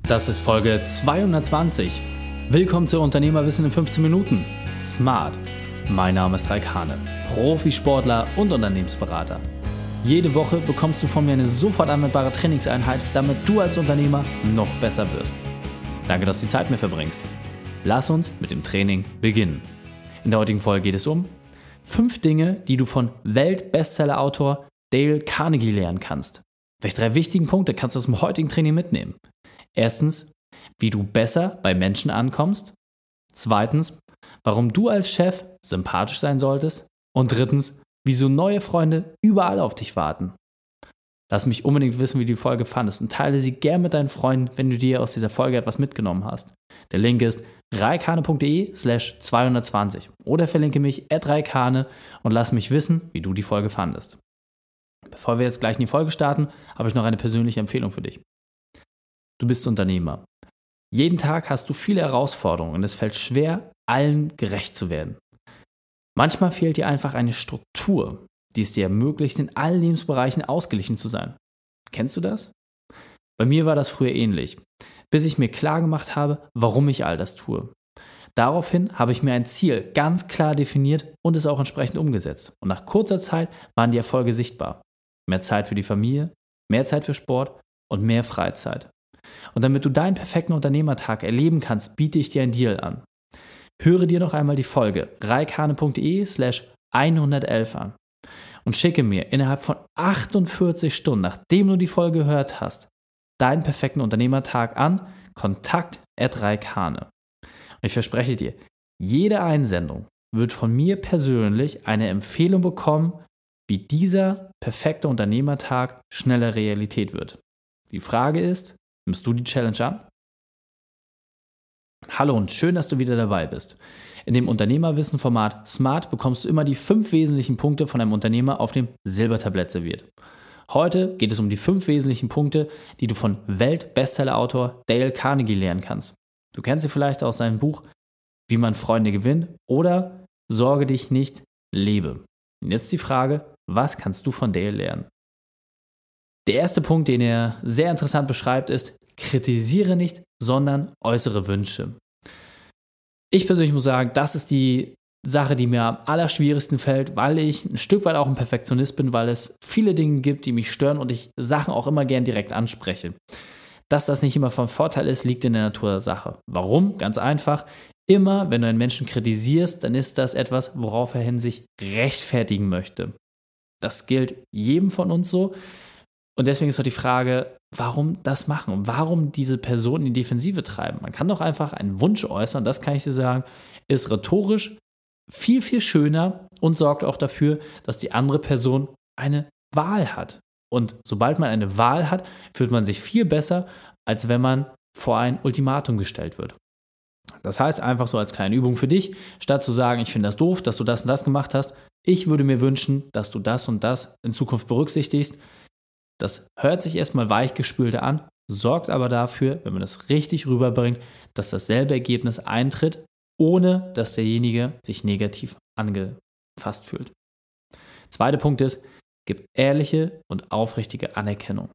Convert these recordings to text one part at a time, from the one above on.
Das ist Folge 220. Willkommen zu Unternehmerwissen in 15 Minuten. Smart. Mein Name ist Raik Hane, Profisportler und Unternehmensberater. Jede Woche bekommst du von mir eine sofort anwendbare Trainingseinheit, damit du als Unternehmer noch besser wirst. Danke, dass du die Zeit mit mir verbringst. Lass uns mit dem Training beginnen. In der heutigen Folge geht es um 5 Dinge, die du von Weltbestseller-Autor Dale Carnegie lernen kannst. Welche 3 wichtigen Punkte kannst du aus dem heutigen Training mitnehmen? Erstens, wie du besser bei Menschen ankommst. Zweitens, warum du als Chef sympathisch sein solltest. Und drittens, wieso neue Freunde überall auf dich warten. Lass mich unbedingt wissen, wie du die Folge fandest und teile sie gern mit deinen Freunden, wenn du dir aus dieser Folge etwas mitgenommen hast. Der Link ist raikhane.de/220 oder verlinke mich @raikhane und lass mich wissen, wie du die Folge fandest. Bevor wir jetzt gleich in die Folge starten, habe ich noch eine persönliche Empfehlung für dich. Du bist Unternehmer. Jeden Tag hast du viele Herausforderungen und es fällt schwer, allen gerecht zu werden. Manchmal fehlt dir einfach eine Struktur, die es dir ermöglicht, in allen Lebensbereichen ausgeglichen zu sein. Kennst du das? Bei mir war das früher ähnlich, bis ich mir klar gemacht habe, warum ich all das tue. Daraufhin habe ich mir ein Ziel ganz klar definiert und es auch entsprechend umgesetzt. Und nach kurzer Zeit waren die Erfolge sichtbar. Mehr Zeit für die Familie, mehr Zeit für Sport und mehr Freizeit. Und damit du deinen perfekten Unternehmertag erleben kannst, biete ich dir einen Deal an. Höre dir noch einmal die Folge raikhane.de/111 an und schicke mir innerhalb von 48 Stunden, nachdem du die Folge gehört hast, deinen perfekten Unternehmertag an kontakt@raikhane. Und ich verspreche dir, jede Einsendung wird von mir persönlich eine Empfehlung bekommen, wie dieser perfekte Unternehmertag schneller Realität wird. Die Frage ist, nimmst du die Challenge an? Hallo und schön, dass du wieder dabei bist. In dem Unternehmerwissen-Format Smart bekommst du immer die 5 wesentlichen Punkte von einem Unternehmer auf dem Silbertablett serviert. Heute geht es um die 5 wesentlichen Punkte, die du von Weltbestseller-Autor Dale Carnegie lernen kannst. Du kennst sie vielleicht aus seinem Buch Wie man Freunde gewinnt oder Sorge dich nicht, lebe. Und jetzt die Frage, was kannst du von Dale lernen? Der erste Punkt, den er sehr interessant beschreibt, ist: kritisiere nicht, sondern äußere Wünsche. Ich persönlich muss sagen, das ist die Sache, die mir am allerschwierigsten fällt, weil ich ein Stück weit auch ein Perfektionist bin, weil es viele Dinge gibt, die mich stören und ich Sachen auch immer gern direkt anspreche. Dass das nicht immer von Vorteil ist, liegt in der Natur der Sache. Warum? Ganz einfach. Immer, wenn du einen Menschen kritisierst, dann ist das etwas, worauf er sich rechtfertigen möchte. Das gilt jedem von uns so. Und deswegen ist doch die Frage, warum das machen und warum diese Person in die Defensive treiben. Man kann doch einfach einen Wunsch äußern, das kann ich dir sagen, ist rhetorisch viel, viel schöner und sorgt auch dafür, dass die andere Person eine Wahl hat. Und sobald man eine Wahl hat, fühlt man sich viel besser, als wenn man vor ein Ultimatum gestellt wird. Das heißt, einfach so als kleine Übung für dich, statt zu sagen, ich finde das doof, dass du das und das gemacht hast, ich würde mir wünschen, dass du das und das in Zukunft berücksichtigst. Das hört sich erstmal weichgespülter an, sorgt aber dafür, wenn man das richtig rüberbringt, dass dasselbe Ergebnis eintritt, ohne dass derjenige sich negativ angefasst fühlt. Zweiter Punkt ist, gib ehrliche und aufrichtige Anerkennung.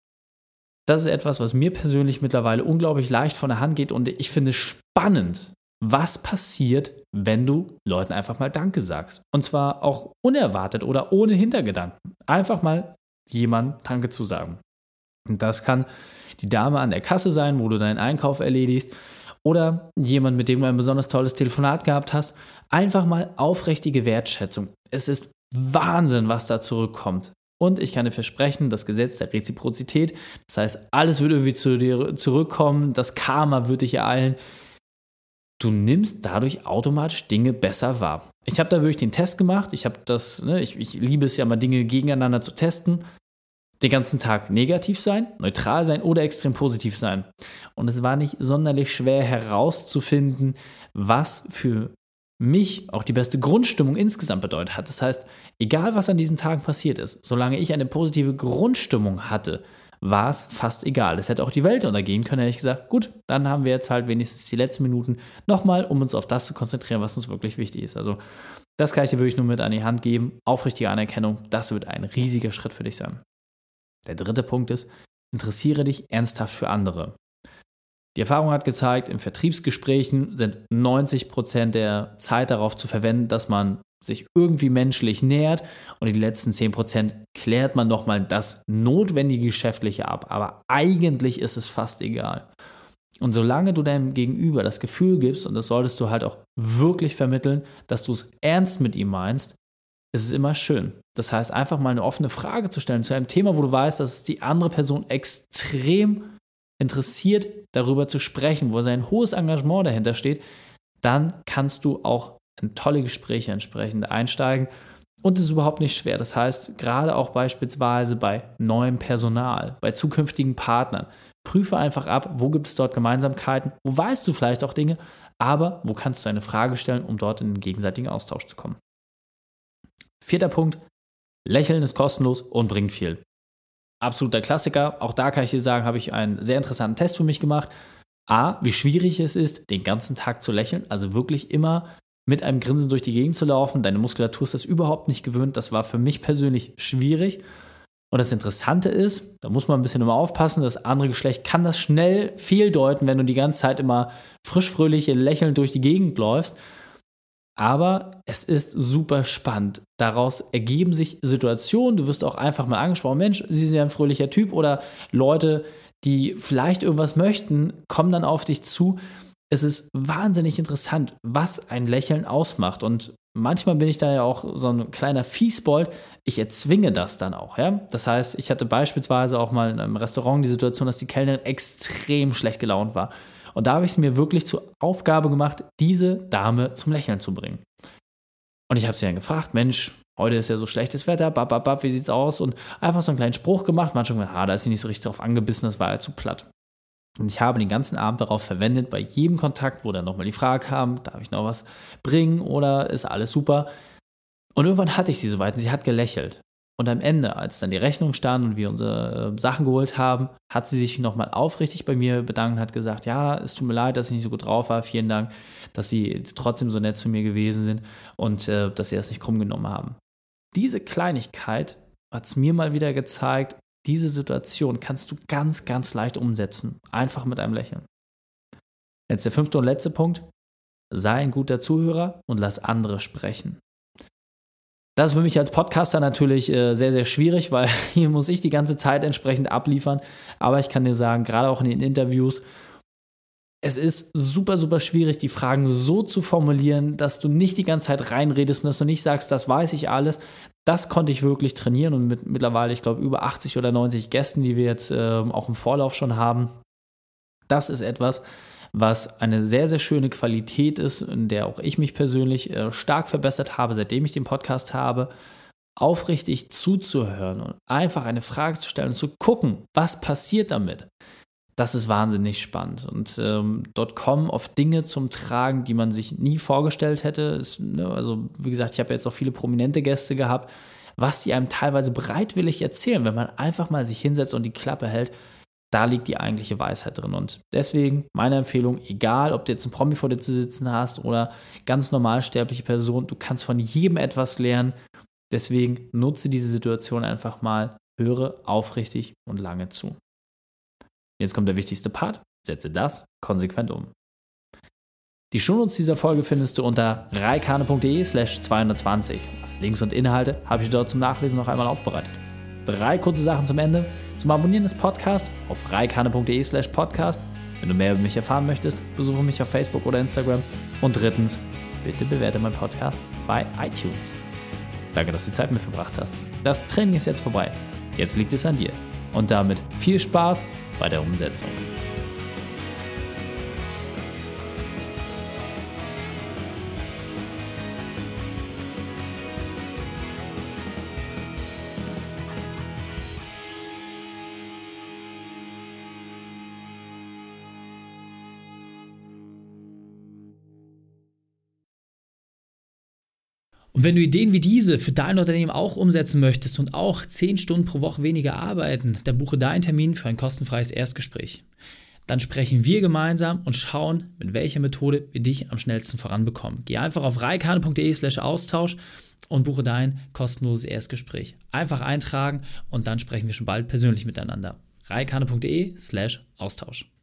Das ist etwas, was mir persönlich mittlerweile unglaublich leicht von der Hand geht und ich finde spannend, was passiert, wenn du Leuten einfach mal Danke sagst. Und zwar auch unerwartet oder ohne Hintergedanken. Einfach mal jemandem Danke zu sagen. Und das kann die Dame an der Kasse sein, wo du deinen Einkauf erledigst, oder jemand, mit dem du ein besonders tolles Telefonat gehabt hast. Einfach mal aufrichtige Wertschätzung. Es ist Wahnsinn, was da zurückkommt. Und ich kann dir versprechen, das Gesetz der Reziprozität, das heißt, alles wird irgendwie zu dir zurückkommen, das Karma wird dich ereilen. Du nimmst dadurch automatisch Dinge besser wahr. Ich habe da wirklich den Test gemacht. Ich liebe es ja mal, Dinge gegeneinander zu testen. Den ganzen Tag negativ sein, neutral sein oder extrem positiv sein. Und es war nicht sonderlich schwer herauszufinden, was für mich auch die beste Grundstimmung insgesamt bedeutet hat. Das heißt, egal was an diesen Tagen passiert ist, solange ich eine positive Grundstimmung hatte, war es fast egal. Es hätte auch die Welt untergehen können, hätte ich gesagt, gut, dann haben wir jetzt halt wenigstens die letzten Minuten nochmal, um uns auf das zu konzentrieren, was uns wirklich wichtig ist. Also das kann ich dir wirklich nur mit an die Hand geben. Aufrichtige Anerkennung, das wird ein riesiger Schritt für dich sein. Der dritte Punkt ist, interessiere dich ernsthaft für andere. Die Erfahrung hat gezeigt, in Vertriebsgesprächen sind 90% der Zeit darauf zu verwenden, dass man sich irgendwie menschlich nähert und die letzten 10% klärt man nochmal das notwendige Geschäftliche ab. Aber eigentlich ist es fast egal. Und solange du deinem Gegenüber das Gefühl gibst, und das solltest du halt auch wirklich vermitteln, dass du es ernst mit ihm meinst, ist es immer schön. Das heißt, einfach mal eine offene Frage zu stellen zu einem Thema, wo du weißt, dass die andere Person extrem interessiert, darüber zu sprechen, wo sein hohes Engagement dahinter steht, dann kannst du auch in tolle Gespräche entsprechend einsteigen. Und es ist überhaupt nicht schwer. Das heißt, gerade auch beispielsweise bei neuem Personal, bei zukünftigen Partnern, prüfe einfach ab, wo gibt es dort Gemeinsamkeiten, wo weißt du vielleicht auch Dinge, aber wo kannst du eine Frage stellen, um dort in den gegenseitigen Austausch zu kommen. 4. Punkt, Lächeln ist kostenlos und bringt viel. Absoluter Klassiker, auch da kann ich dir sagen, habe ich einen sehr interessanten Test für mich gemacht. A, wie schwierig es ist, den ganzen Tag zu lächeln, also wirklich immer mit einem Grinsen durch die Gegend zu laufen. Deine Muskulatur ist das überhaupt nicht gewöhnt, das war für mich persönlich schwierig. Und das Interessante ist, da muss man ein bisschen immer aufpassen, das andere Geschlecht kann das schnell fehldeuten, wenn du die ganze Zeit immer frisch, fröhlich, lächelnd durch die Gegend läufst. Aber es ist super spannend. Daraus ergeben sich Situationen, du wirst auch einfach mal angesprochen, Mensch, Sie sind ja ein fröhlicher Typ, oder Leute, die vielleicht irgendwas möchten, kommen dann auf dich zu. Es ist wahnsinnig interessant, was ein Lächeln ausmacht. Und manchmal bin ich da ja auch so ein kleiner Fiesbold. Ich erzwinge das dann auch. Ja? Das heißt, ich hatte beispielsweise auch mal in einem Restaurant die Situation, dass die Kellnerin extrem schlecht gelaunt war. Und da habe ich es mir wirklich zur Aufgabe gemacht, diese Dame zum Lächeln zu bringen. Und ich habe sie dann gefragt, Mensch, heute ist ja so schlechtes Wetter, wie sieht's aus? Und einfach so einen kleinen Spruch gemacht. Manchmal gesagt, da ist sie nicht so richtig drauf angebissen, das war ja zu platt. Und ich habe den ganzen Abend darauf verwendet, bei jedem Kontakt, wo dann nochmal die Frage kam, darf ich noch was bringen oder ist alles super? Und irgendwann hatte ich sie soweit und sie hat gelächelt. Und am Ende, als dann die Rechnung stand und wir unsere Sachen geholt haben, hat sie sich nochmal aufrichtig bei mir bedankt und hat gesagt, ja, es tut mir leid, dass ich nicht so gut drauf war, vielen Dank, dass Sie trotzdem so nett zu mir gewesen sind und dass Sie das nicht krumm genommen haben. Diese Kleinigkeit hat es mir mal wieder gezeigt, diese Situation kannst du ganz, ganz leicht umsetzen, einfach mit einem Lächeln. Jetzt der 5. und letzte Punkt, sei ein guter Zuhörer und lass andere sprechen. Das ist für mich als Podcaster natürlich sehr, sehr schwierig, weil hier muss ich die ganze Zeit entsprechend abliefern. Aber ich kann dir sagen, gerade auch in den Interviews, es ist super, super schwierig, die Fragen so zu formulieren, dass du nicht die ganze Zeit reinredest und dass du nicht sagst, das weiß ich alles. Das konnte ich wirklich trainieren und mit mittlerweile, ich glaube, über 80 oder 90 Gästen, die wir jetzt auch im Vorlauf schon haben. Das ist etwas, was eine sehr, sehr schöne Qualität ist, in der auch ich mich persönlich stark verbessert habe, seitdem ich den Podcast habe, aufrichtig zuzuhören und einfach eine Frage zu stellen und zu gucken, was passiert damit. Das ist wahnsinnig spannend und dort kommen oft Dinge zum Tragen, die man sich nie vorgestellt hätte. Also wie gesagt, ich habe jetzt auch viele prominente Gäste gehabt, was sie einem teilweise bereitwillig erzählen, wenn man einfach mal sich hinsetzt und die Klappe hält. Da liegt die eigentliche Weisheit drin. Und deswegen meine Empfehlung, egal ob du jetzt einen Promi vor dir zu sitzen hast oder ganz normalsterbliche Person, du kannst von jedem etwas lernen. Deswegen nutze diese Situation einfach mal, höre aufrichtig und lange zu. Jetzt kommt der wichtigste Part, setze das konsequent um. Die Shownotes dieser Folge findest du unter reikane.de/220. Links und Inhalte habe ich dort zum Nachlesen noch einmal aufbereitet. 3 kurze Sachen zum Ende. Zum Abonnieren des Podcasts auf reikane.de/podcast. Wenn du mehr über mich erfahren möchtest, besuche mich auf Facebook oder Instagram. Und 3, bitte bewerte meinen Podcast bei iTunes. Danke, dass du die Zeit mit mir verbracht hast. Das Training ist jetzt vorbei. Jetzt liegt es an dir. Und damit viel Spaß bei der Umsetzung. Und wenn du Ideen wie diese für dein Unternehmen auch umsetzen möchtest und auch 10 Stunden pro Woche weniger arbeiten, dann buche deinen Termin für ein kostenfreies Erstgespräch. Dann sprechen wir gemeinsam und schauen, mit welcher Methode wir dich am schnellsten voranbekommen. Geh einfach auf reikane.de/Austausch und buche dein kostenloses Erstgespräch. Einfach eintragen und dann sprechen wir schon bald persönlich miteinander. reikane.de/Austausch.